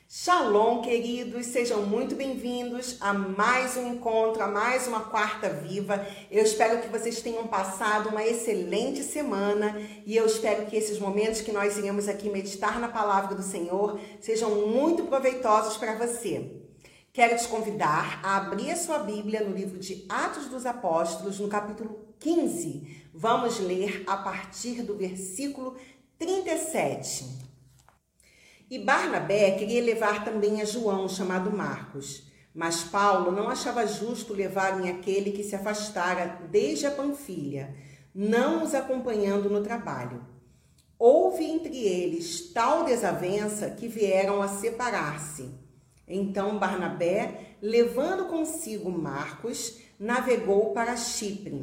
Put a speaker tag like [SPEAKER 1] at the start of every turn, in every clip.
[SPEAKER 1] Shalom, queridos, sejam muito bem-vindos a mais um encontro, a mais uma Quarta Viva. Eu espero que vocês tenham passado uma excelente semana e eu espero que esses momentos que nós iremos aqui meditar na Palavra do Senhor sejam muito proveitosos para você. Quero te convidar a abrir a sua Bíblia no livro de Atos dos Apóstolos, no capítulo 15. Vamos ler a partir do versículo 37. E Barnabé queria levar também a João, chamado Marcos. Mas Paulo não achava justo levarem aquele que se afastara desde a Panfilha, não os acompanhando no trabalho. Houve entre eles tal desavença que vieram a separar-se. Então Barnabé, levando consigo Marcos, navegou para Chipre.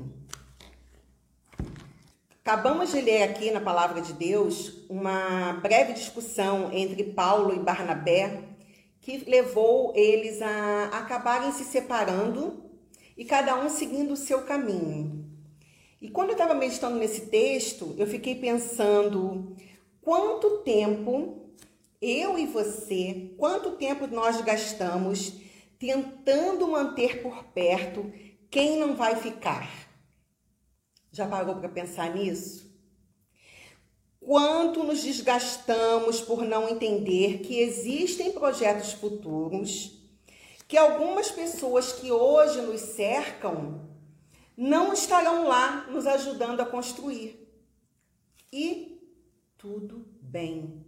[SPEAKER 1] Acabamos de ler aqui na Palavra de Deus uma breve discussão entre Paulo e Barnabé que levou eles a acabarem se separando e cada um seguindo o seu caminho. E quando eu estava meditando nesse texto, eu fiquei pensando quanto tempo eu e você, quanto tempo nós gastamos tentando manter por perto quem não vai ficar. Já parou para pensar nisso? Quanto nos desgastamos por não entender que existem projetos futuros, que algumas pessoas que hoje nos cercam não estarão lá nos ajudando a construir. E tudo bem.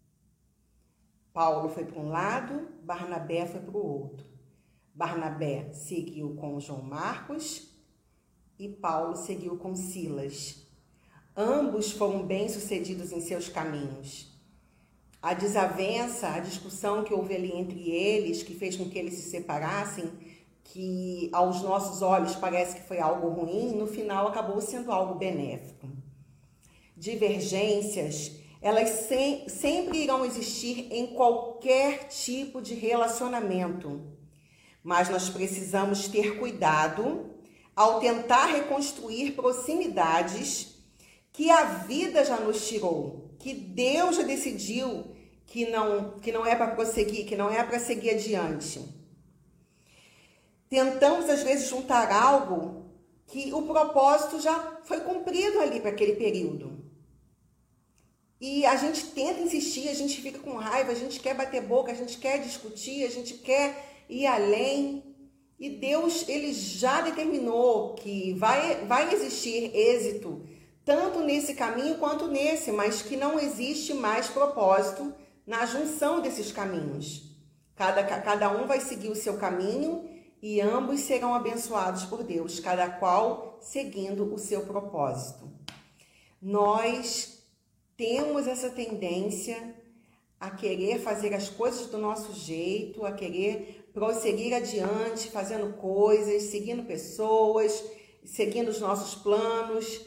[SPEAKER 1] Paulo foi para um lado, Barnabé foi para o outro. Barnabé seguiu com João Marcos e Paulo seguiu com Silas. Ambos foram bem-sucedidos em seus caminhos. A desavença, a discussão que houve ali entre eles, que fez com que eles se separassem, que aos nossos olhos parece que foi algo ruim, no final acabou sendo algo benéfico. Divergências, elas sempre irão existir em qualquer tipo de relacionamento, mas nós precisamos ter cuidado ao tentar reconstruir proximidades que a vida já nos tirou, que Deus já decidiu que não é para prosseguir, que não é para seguir adiante. Tentamos, às vezes, juntar algo que o propósito já foi cumprido ali para aquele período. E a gente tenta insistir, a gente fica com raiva, a gente quer bater boca, a gente quer discutir, a gente quer ir além. E Deus, ele já determinou que vai existir êxito, tanto nesse caminho quanto nesse, mas que não existe mais propósito na junção desses caminhos. Cada um vai seguir o seu caminho e ambos serão abençoados por Deus, cada qual seguindo o seu propósito. Nós temos essa tendência a querer fazer as coisas do nosso jeito, a querer prosseguir adiante, fazendo coisas, seguindo pessoas, seguindo os nossos planos.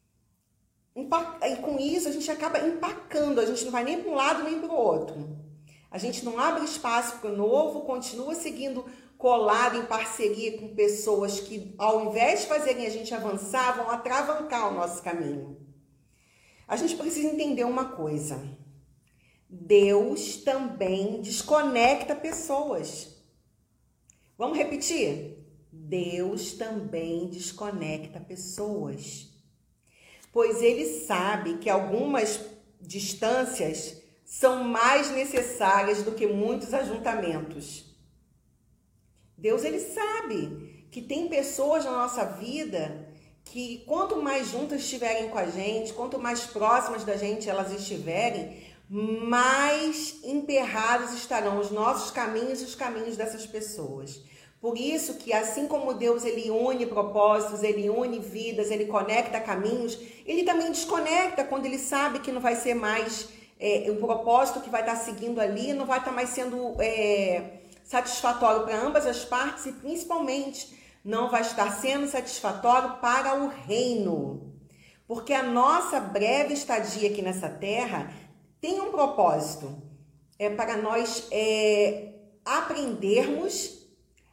[SPEAKER 1] E com isso a gente acaba empacando, a gente não vai nem para um lado nem para o outro. A gente não abre espaço para o novo, continua seguindo colado em parceria com pessoas que, ao invés de fazerem a gente avançar, vão atravancar o nosso caminho. A gente precisa entender uma coisa. Deus também desconecta pessoas. Vamos repetir? Deus também desconecta pessoas. Pois ele sabe que algumas distâncias são mais necessárias do que muitos ajuntamentos. Deus, ele sabe que tem pessoas na nossa vida que quanto mais juntas estiverem com a gente, quanto mais próximas da gente elas estiverem, mais emperrados estarão os nossos caminhos e os caminhos dessas pessoas. Por isso que assim como Deus, ele une propósitos, ele une vidas, ele conecta caminhos, ele também desconecta quando ele sabe que não vai ser mais o propósito que vai estar seguindo ali, não vai estar mais sendo satisfatório para ambas as partes e principalmente não vai estar sendo satisfatório para o reino. Porque a nossa breve estadia aqui nessa terra tem um propósito, para nós aprendermos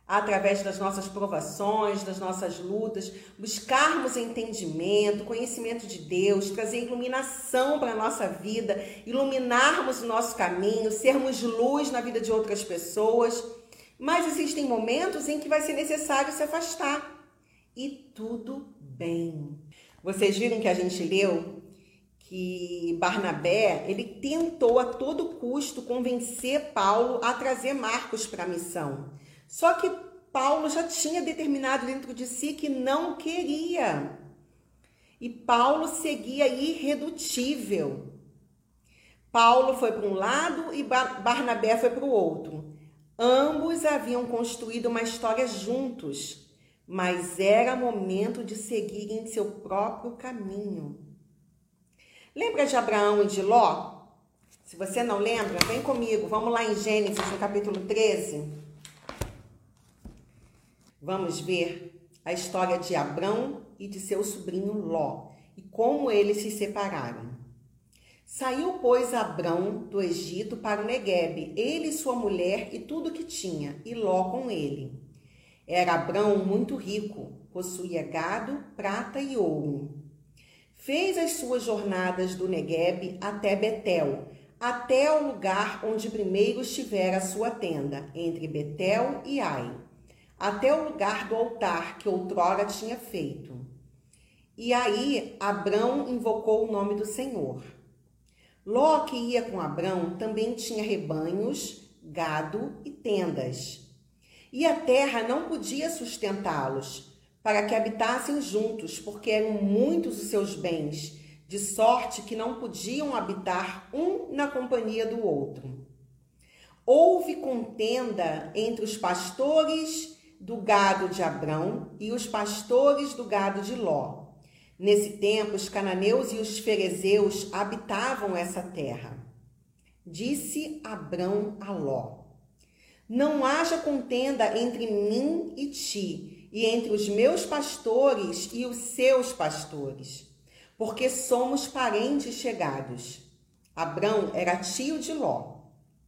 [SPEAKER 1] através das nossas provações, das nossas lutas, buscarmos entendimento, conhecimento de Deus, trazer iluminação para a nossa vida, iluminarmos o nosso caminho, sermos luz na vida de outras pessoas. Mas existem momentos em que vai ser necessário se afastar. E tudo bem. Vocês viram que a gente leu que Barnabé, ele tentou a todo custo convencer Paulo a trazer Marcos para a missão. Só que Paulo já tinha determinado dentro de si que não queria. E Paulo seguia irredutível. Paulo foi para um lado e Barnabé foi para o outro. Ambos haviam construído uma história juntos, mas era momento de seguirem seu próprio caminho. Lembra de Abraão e de Ló? Se você não lembra, vem comigo. Vamos lá em Gênesis, no capítulo 13. Vamos ver a história de Abrão e de seu sobrinho Ló e como eles se separaram. Saiu, pois, Abrão do Egito para o Neguebe, ele e sua mulher e tudo que tinha, e Ló com ele. Era Abrão muito rico, possuía gado, prata e ouro. Fez as suas jornadas do Neguebe até Betel, até ao lugar onde primeiro estivera a sua tenda, entre Betel e Ai, até o lugar do altar que outrora tinha feito. E aí Abrão invocou o nome do Senhor. Ló, que ia com Abrão, também tinha rebanhos, gado e tendas. E a terra não podia sustentá-los, para que habitassem juntos, porque eram muitos os seus bens, de sorte que não podiam habitar um na companhia do outro. Houve contenda entre os pastores do gado de Abrão e os pastores do gado de Ló. Nesse tempo, os cananeus e os ferezeus habitavam essa terra. Disse Abrão a Ló: não haja contenda entre mim e ti, e entre os meus pastores e os seus pastores, porque somos parentes chegados. Abrão era tio de Ló.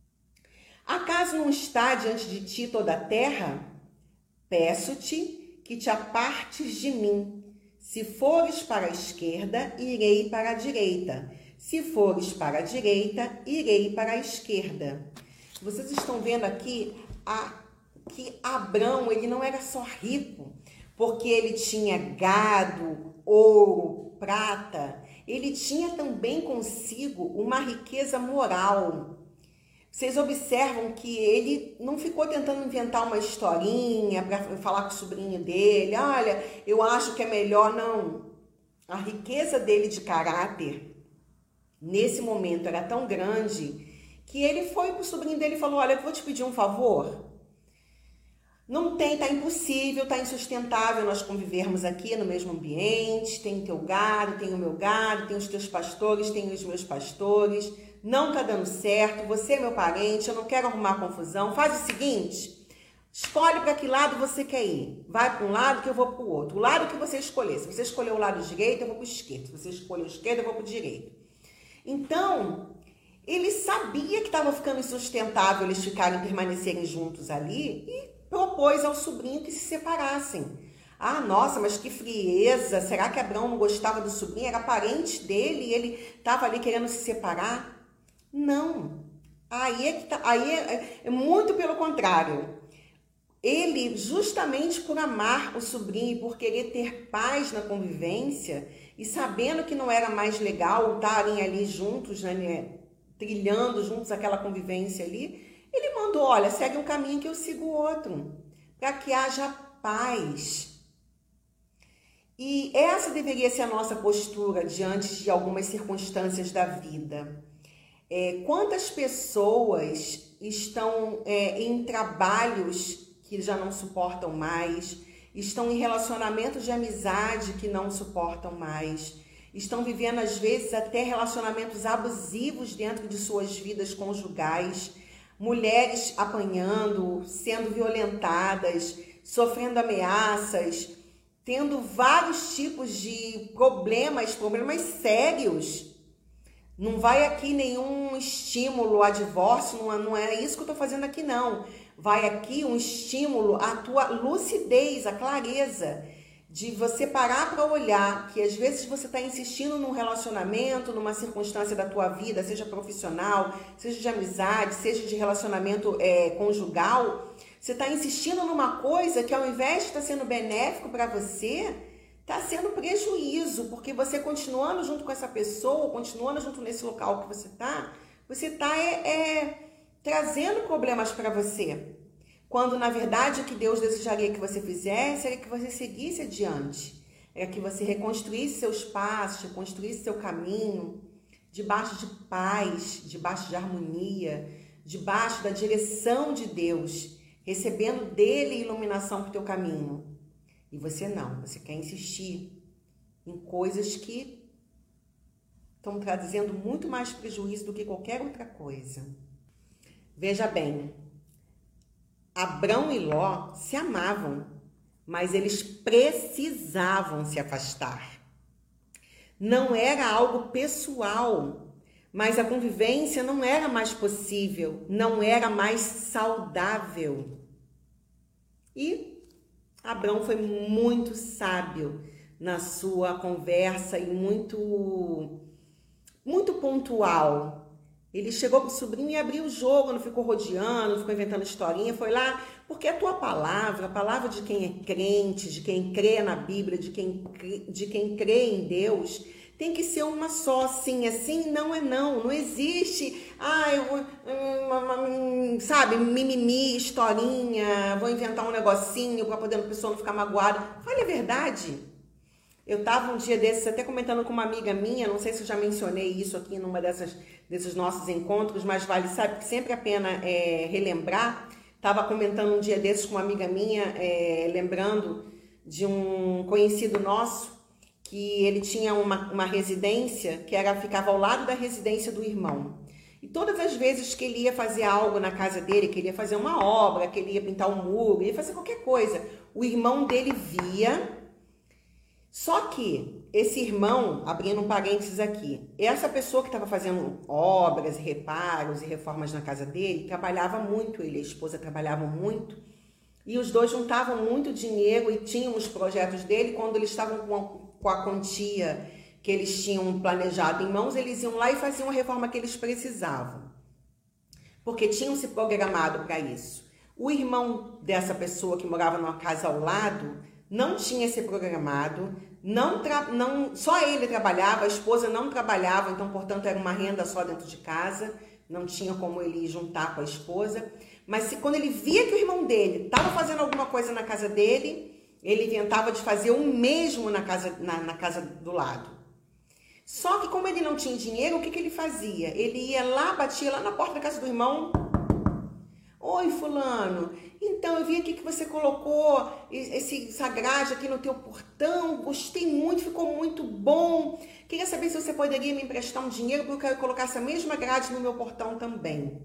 [SPEAKER 1] Acaso não está diante de ti toda a terra? Peço-te que te apartes de mim. Se fores para a esquerda, irei para a direita. Se fores para a direita, irei para a esquerda. Vocês estão vendo aqui que Abrão, ele não era só rico, porque ele tinha gado, ouro, prata. Ele tinha também consigo uma riqueza moral. Vocês observam que ele não ficou tentando inventar uma historinha para falar com o sobrinho dele. Olha, eu acho que é melhor. Não. A riqueza dele de caráter, nesse momento, era tão grande que ele foi para o sobrinho dele e falou: olha, eu vou te pedir um favor. Não tem, tá impossível, tá insustentável nós convivermos aqui no mesmo ambiente. Tem o teu gado, tem o meu gado, tem os teus pastores, tem os meus pastores. Não tá dando certo, você é meu parente, eu não quero arrumar confusão. Faz o seguinte, escolhe para que lado você quer ir. Vai para um lado que eu vou para o outro. O lado que você escolher. Se você escolher o lado direito, eu vou para o esquerdo. Se você escolher o esquerdo, eu vou para o direito. Então, ele sabia que estava ficando insustentável eles permanecerem juntos ali e propôs ao sobrinho que se separassem. Ah, nossa, mas que frieza. Será que Abrão não gostava do sobrinho? Era parente dele e ele estava ali querendo se separar? Não. Aí é muito pelo contrário. Ele, justamente por amar o sobrinho e por querer ter paz na convivência e sabendo que não era mais legal estarem ali juntos, né, trilhando juntos aquela convivência ali, ele mandou: olha, segue um caminho que eu sigo o outro, para que haja paz. E essa deveria ser a nossa postura diante de algumas circunstâncias da vida. Quantas pessoas estão em trabalhos que já não suportam mais, estão em relacionamentos de amizade que não suportam mais, estão vivendo às vezes até relacionamentos abusivos dentro de suas vidas conjugais, mulheres apanhando, sendo violentadas, sofrendo ameaças, tendo vários tipos de problemas sérios. Não vai aqui nenhum estímulo a divórcio, não é isso que eu tô fazendo aqui, não. Vai aqui um estímulo à tua lucidez, à clareza, de você parar para olhar que às vezes você está insistindo num relacionamento, numa circunstância da tua vida, seja profissional, seja de amizade, seja de relacionamento conjugal, você está insistindo numa coisa que ao invés de estar sendo benéfico para você, está sendo prejuízo, porque você continuando junto com essa pessoa, continuando junto nesse local que você está trazendo problemas para você. Quando, na verdade, o que Deus desejaria que você fizesse era que você seguisse adiante. Era que você reconstruísse seus passos, reconstruísse seu caminho, debaixo de paz, debaixo de harmonia, debaixo da direção de Deus, recebendo dele iluminação para o teu caminho. E você não, você quer insistir em coisas que estão trazendo muito mais prejuízo do que qualquer outra coisa. Veja bem, Abrão e Ló se amavam, mas eles precisavam se afastar. Não era algo pessoal, mas a convivência não era mais possível, não era mais saudável. E Abrão foi muito sábio na sua conversa e muito pontual. Ele chegou pro sobrinho e abriu o jogo, não ficou rodeando, não ficou inventando historinha, foi lá, porque a tua palavra, a palavra de quem é crente, de quem crê na Bíblia, de quem crê em Deus, tem que ser uma só, sim, assim, não é não existe, sabe, mimimi, historinha, vou inventar um negocinho para poder a pessoa não ficar magoada. Fale a verdade. Eu estava um dia desses até comentando com uma amiga minha, não sei se eu já mencionei isso aqui numa desses nossos encontros, mas vale, sabe, que sempre a pena relembrar. Estava comentando um dia desses com uma amiga minha, lembrando de um conhecido nosso, que ele tinha uma residência que ficava ao lado da residência do irmão. E todas as vezes que ele ia fazer algo na casa dele, que ele ia fazer uma obra, que ele ia pintar um muro, ele ia fazer qualquer coisa, o irmão dele via. Só que esse irmão, abrindo um parênteses aqui, essa pessoa que estava fazendo obras, reparos e reformas na casa dele, trabalhava muito, ele e a esposa trabalhavam muito, e os dois juntavam muito dinheiro e tinham os projetos dele. Quando eles estavam com a quantia que eles tinham planejado em mãos, eles iam lá e faziam a reforma que eles precisavam, porque tinham se programado para isso. O irmão dessa pessoa que morava numa casa ao lado não tinha se programado, só ele trabalhava, a esposa não trabalhava, então, portanto, era uma renda só dentro de casa, não tinha como ele juntar com a esposa. Mas quando ele via que o irmão dele estava fazendo alguma coisa na casa dele, ele inventava de fazer o mesmo na casa do lado. Só que como ele não tinha dinheiro, o que ele fazia? Ele ia lá, batia lá na porta da casa do irmão. Oi, fulano, então eu vi aqui que você colocou essa grade aqui no teu portão, gostei muito, ficou muito bom. Queria saber se você poderia me emprestar um dinheiro porque eu quero colocar essa mesma grade no meu portão também.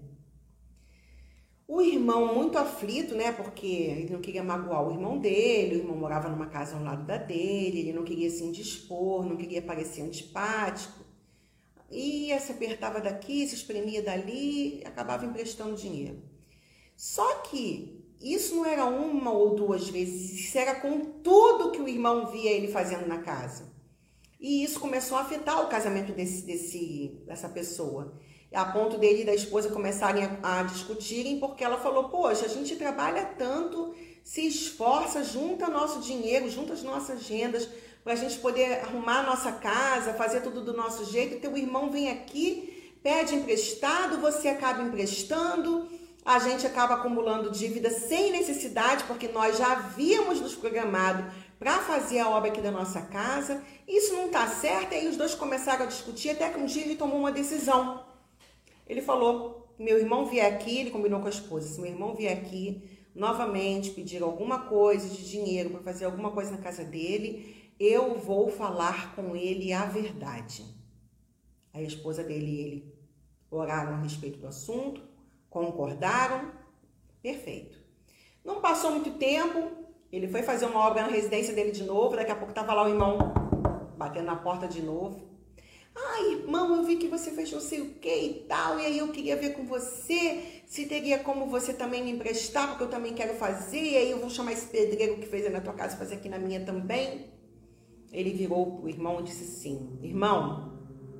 [SPEAKER 1] O irmão muito aflito, né, porque ele não queria magoar o irmão dele, o irmão morava numa casa ao lado da dele, ele não queria se indispor, não queria parecer antipático. Ia, se apertava daqui, se espremia dali, acabava emprestando dinheiro. Só que isso não era uma ou duas vezes, isso era com tudo que o irmão via ele fazendo na casa. E isso começou a afetar o casamento dessa pessoa, a ponto dele e da esposa começarem a discutirem, porque ela falou, poxa, a gente trabalha tanto, se esforça, junta nosso dinheiro, junta as nossas rendas, para a gente poder arrumar a nossa casa, fazer tudo do nosso jeito, e teu irmão vem aqui, pede emprestado, você acaba emprestando, a gente acaba acumulando dívida sem necessidade, porque nós já havíamos nos programado para fazer a obra aqui da nossa casa. Isso não está certo. E aí os dois começaram a discutir, até que um dia ele tomou uma decisão. Ele falou, meu irmão vier aqui, ele combinou com a esposa, se meu irmão vier aqui novamente pedir alguma coisa de dinheiro para fazer alguma coisa na casa dele, eu vou falar com ele a verdade. Aí a esposa dele e ele oraram a respeito do assunto, concordaram, perfeito. Não passou muito tempo, ele foi fazer uma obra na residência dele de novo, daqui a pouco estava lá o irmão batendo na porta de novo. Ah, irmão, eu vi que você fez não sei o que e tal, e aí eu queria ver com você se teria como você também me emprestar, porque eu também quero fazer, e aí eu vou chamar esse pedreiro que fez aí na tua casa fazer aqui na minha também. Ele virou pro irmão e disse assim: irmão,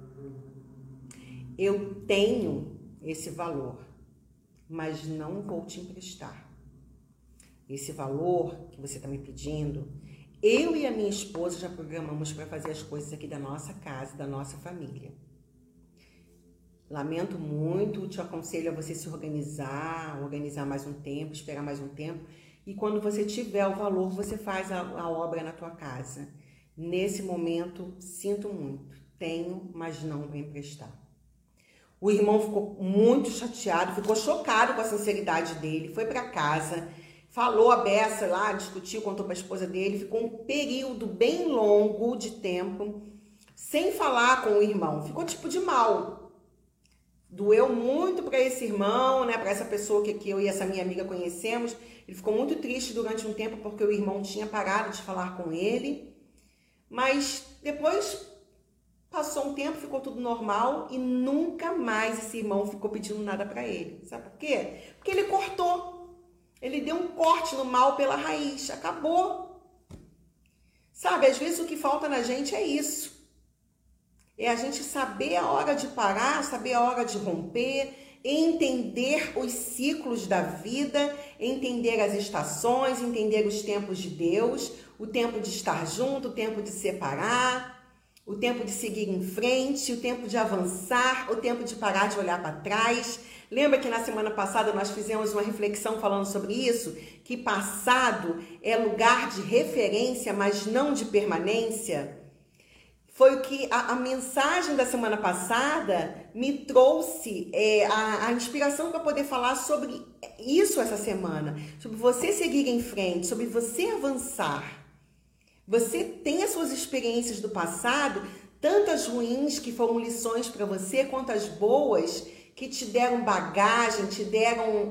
[SPEAKER 1] eu tenho esse valor, mas não vou te emprestar. Esse valor que você está me pedindo, eu e a minha esposa já programamos para fazer as coisas aqui da nossa casa, da nossa família. Lamento muito, te aconselho a você se organizar mais um tempo, esperar mais um tempo. E quando você tiver o valor, você faz a obra na tua casa. Nesse momento, sinto muito. Tenho, mas não vou emprestar. O irmão ficou muito chateado, ficou chocado com a sinceridade dele, foi para casa, falou a beça lá, discutiu, contou para a esposa dele, ficou um período bem longo de tempo sem falar com o irmão. Ficou tipo de mal. Doeu muito para esse irmão, né, para essa pessoa que eu e essa minha amiga conhecemos. Ele ficou muito triste durante um tempo porque o irmão tinha parado de falar com ele. Mas depois passou um tempo, ficou tudo normal e nunca mais esse irmão ficou pedindo nada para ele. Sabe por quê? Porque ele cortou. Ele deu um corte no mal pela raiz. Acabou. Sabe, às vezes o que falta na gente é isso. É a gente saber a hora de parar, saber a hora de romper, entender os ciclos da vida, entender as estações, entender os tempos de Deus, o tempo de estar junto, o tempo de separar, o tempo de seguir em frente, o tempo de avançar, o tempo de parar de olhar para trás. Lembra que na semana passada nós fizemos uma reflexão falando sobre isso? Que passado é lugar de referência, mas não de permanência? Foi o que a mensagem da semana passada me trouxe a inspiração para poder falar sobre isso essa semana. Sobre você seguir em frente, sobre você avançar. Você tem as suas experiências do passado, tanto as ruins que foram lições para você, quanto as boas que te deram bagagem, te deram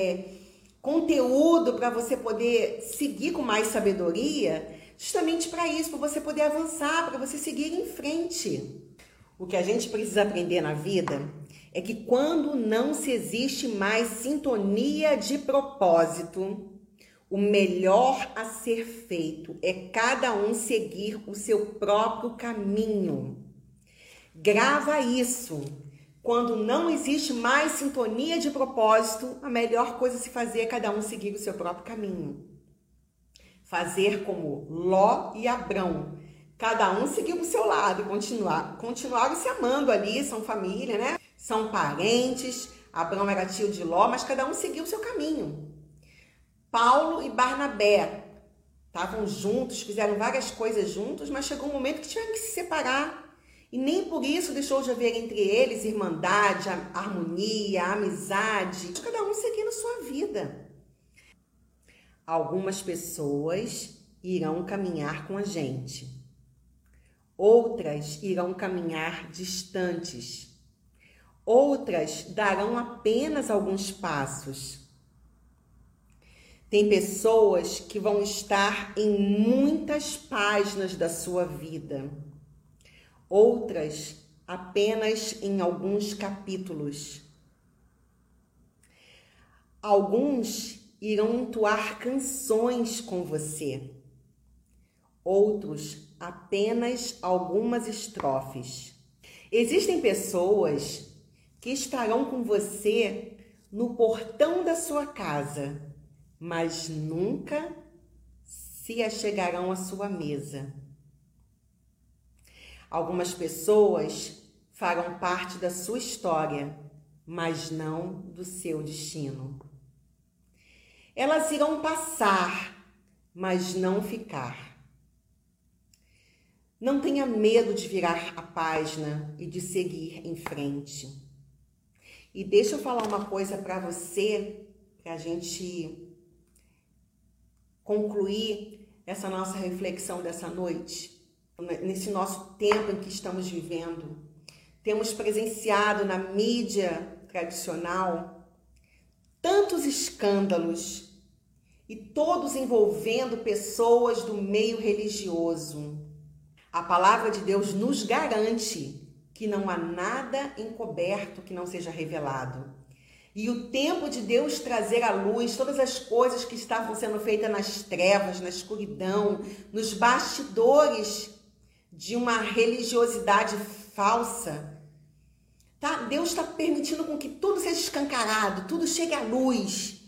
[SPEAKER 1] conteúdo para você poder seguir com mais sabedoria. Justamente para isso, para você poder avançar, para você seguir em frente. O que a gente precisa aprender na vida é que quando não se existe mais sintonia de propósito, o melhor a ser feito é cada um seguir o seu próprio caminho. Grava isso. Quando não existe mais sintonia de propósito, a melhor coisa a se fazer é cada um seguir o seu próprio caminho. Fazer como Ló e Abrão. Cada um seguiu para o seu lado e continuaram se amando ali, são família, né? São parentes. Abrão era tio de Ló, mas cada um seguiu o seu caminho. Paulo e Barnabé estavam juntos, fizeram várias coisas juntos, mas chegou um momento que tiveram que se separar. E nem por isso deixou de haver entre eles irmandade, harmonia, amizade. Cada um seguindo sua vida. Algumas pessoas irão caminhar com a gente. Outras irão caminhar distantes. Outras darão apenas alguns passos. Tem pessoas que vão estar em muitas páginas da sua vida. Outras apenas em alguns capítulos. Alguns irão entoar canções com você. Outros apenas algumas estrofes. Existem pessoas que estarão com você no portão da sua casa, mas nunca se achegarão à sua mesa. Algumas pessoas farão parte da sua história, mas não do seu destino. Elas irão passar, mas não ficar. Não tenha medo de virar a página e de seguir em frente. E deixa eu falar uma coisa para você, para a gente concluir essa nossa reflexão dessa noite. Nesse nosso tempo em que estamos vivendo, temos presenciado na mídia tradicional tantos escândalos e todos envolvendo pessoas do meio religioso. A palavra de Deus nos garante que não há nada encoberto que não seja revelado. E o tempo de Deus trazer à luz todas as coisas que estavam sendo feitas nas trevas, na escuridão, nos bastidores de uma religiosidade falsa, tá? Deus está permitindo com que tudo seja escancarado, tudo chegue à luz.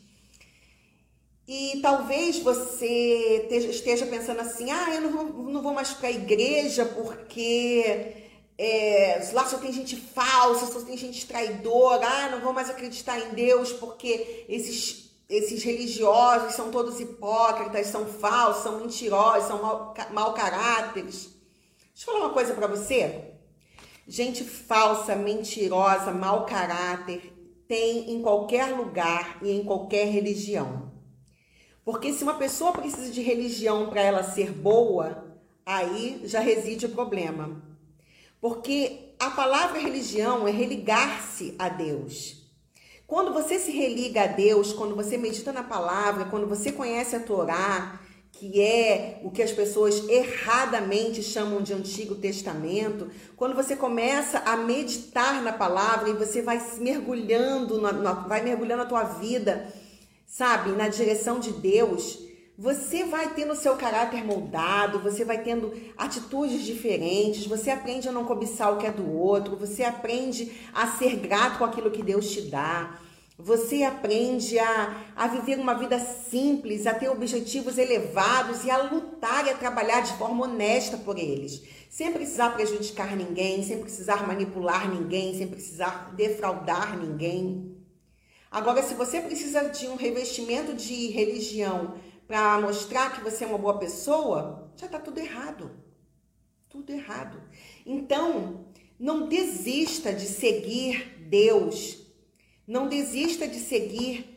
[SPEAKER 1] E talvez você esteja pensando assim, eu não vou mais para a igreja porque lá só tem gente falsa, só tem gente traidora, não vou mais acreditar em Deus porque esses religiosos são todos hipócritas, são falsos, são mentirosos, são mau caráteres. Deixa eu falar uma coisa para você. Gente falsa, mentirosa, mau caráter tem em qualquer lugar e em qualquer religião. Porque se uma pessoa precisa de religião para ela ser boa, aí já reside o problema. Porque a palavra religião é religar-se a Deus. Quando você se religa a Deus, quando você medita na palavra, quando você conhece a Torá, que é o que as pessoas erradamente chamam de Antigo Testamento, quando você começa a meditar na palavra e você vai mergulhando, vai mergulhando a tua vida, sabe, na direção de Deus, você vai tendo o seu caráter moldado, você vai tendo atitudes diferentes, você aprende a não cobiçar o que é do outro, você aprende a ser grato com aquilo que Deus te dá, você aprende a viver uma vida simples, a ter objetivos elevados e a lutar e a trabalhar de forma honesta por eles, sem precisar prejudicar ninguém, sem precisar manipular ninguém, sem precisar defraudar ninguém. Agora, se você precisa de um revestimento de religião para mostrar que você é uma boa pessoa, já está tudo errado. Tudo errado. Então, não desista de seguir Deus. Não desista de seguir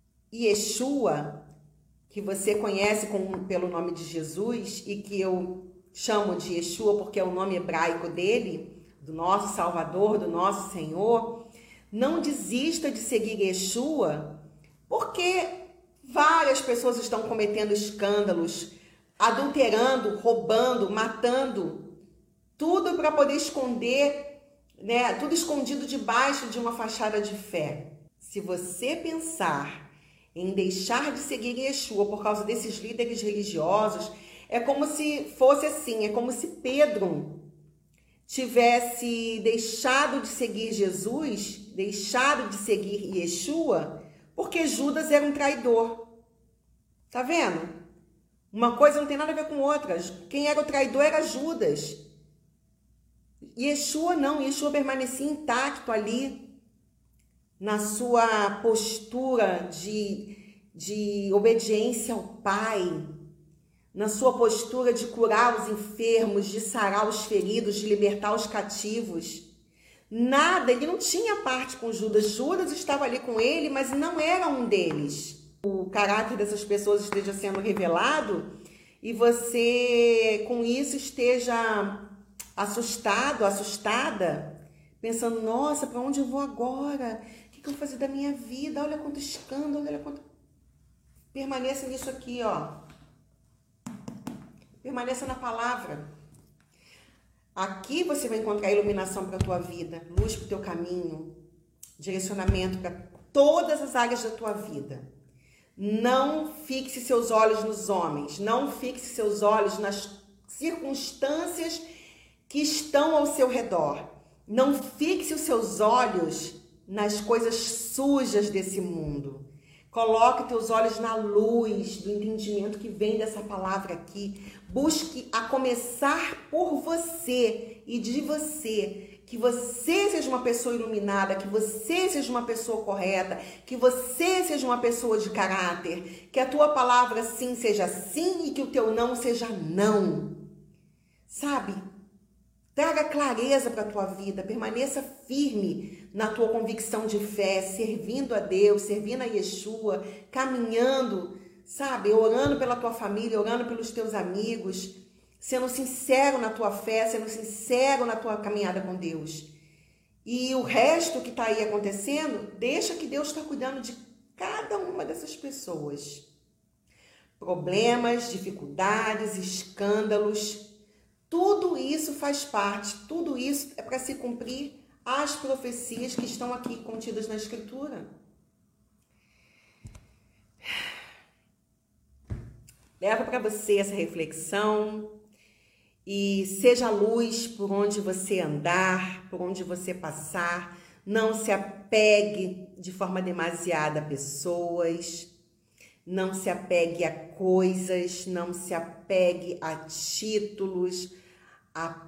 [SPEAKER 1] Yeshua, que você conhece pelo nome de Jesus e que eu chamo de Yeshua porque é o nome hebraico dele, do nosso Salvador, do nosso Senhor. Não desista de seguir Yeshua, porque várias pessoas estão cometendo escândalos, adulterando, roubando, matando, tudo para poder esconder, né? Tudo escondido debaixo de uma fachada de fé. Se você pensar em deixar de seguir Yeshua por causa desses líderes religiosos, é como se fosse assim, é como se Pedro tivesse deixado de seguir Jesus, deixado de seguir Yeshua, porque Judas era um traidor. Tá vendo? Uma coisa não tem nada a ver com outra. Quem era o traidor era Judas. Yeshua não, Yeshua permanecia intacto ali, na sua postura de obediência ao Pai, na sua postura de curar os enfermos, de sarar os feridos, de libertar os cativos. Nada, ele não tinha parte com Judas. Judas estava ali com ele, mas não era um deles. O caráter dessas pessoas esteja sendo revelado e você, com isso, esteja assustado, assustada, pensando, nossa, para onde eu vou agora? O que eu vou fazer da minha vida? Olha quanto escândalo, olha quanto... Permaneça nisso aqui, ó. Permaneça na palavra. Aqui você vai encontrar iluminação para a tua vida, luz para o teu caminho, direcionamento para todas as áreas da tua vida. Não fixe seus olhos nos homens, não fixe seus olhos nas circunstâncias que estão ao seu redor. Não fixe os seus olhos nas coisas sujas desse mundo. Coloque teus olhos na luz do entendimento que vem dessa palavra aqui. Busque a começar por você e de você. Que você seja uma pessoa iluminada, que você seja uma pessoa correta, que você seja uma pessoa de caráter. Que a tua palavra sim seja sim e que o teu não seja não. Sabe? Traga clareza para a tua vida, permaneça firme na tua convicção de fé, servindo a Deus, servindo a Yeshua, caminhando, sabe, orando pela tua família, orando pelos teus amigos, sendo sincero na tua fé, sendo sincero na tua caminhada com Deus. E o resto que está aí acontecendo, deixa que Deus está cuidando de cada uma dessas pessoas. Problemas, dificuldades, escândalos, Tudo isso faz parte, tudo isso é para se cumprir as profecias que estão aqui contidas na Escritura. Leva para você essa reflexão e seja luz por onde você andar, por onde você passar. Não se apegue de forma demasiada a pessoas, não se apegue a coisas, não se apegue a títulos, a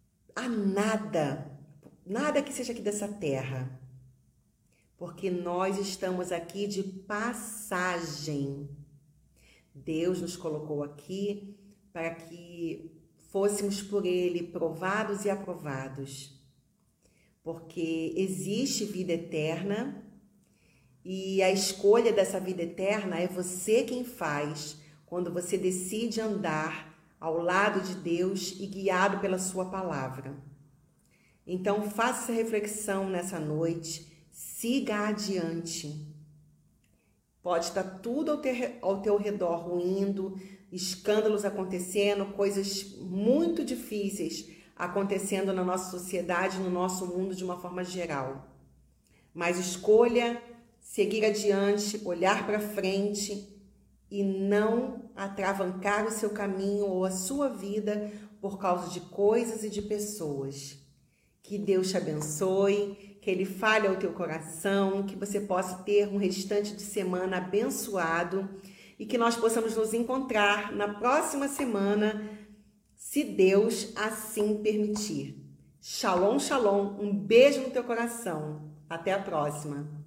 [SPEAKER 1] nada que seja aqui dessa terra. Porque nós estamos aqui de passagem. Deus nos colocou aqui para que fôssemos por Ele provados e aprovados. Porque existe vida eterna e a escolha dessa vida eterna é você quem faz quando você decide andar ao lado de Deus e guiado pela sua palavra. Então faça essa reflexão nessa noite, siga adiante. Pode estar tudo ao teu redor ruindo, escândalos acontecendo, coisas muito difíceis acontecendo na nossa sociedade, no nosso mundo de uma forma geral. Mas escolha seguir adiante, olhar para frente e não atravancar o seu caminho ou a sua vida por causa de coisas e de pessoas. Que Deus te abençoe, que Ele fale ao teu coração, que você possa ter um restante de semana abençoado e que nós possamos nos encontrar na próxima semana, se Deus assim permitir. Shalom, shalom, um beijo no teu coração. Até a próxima.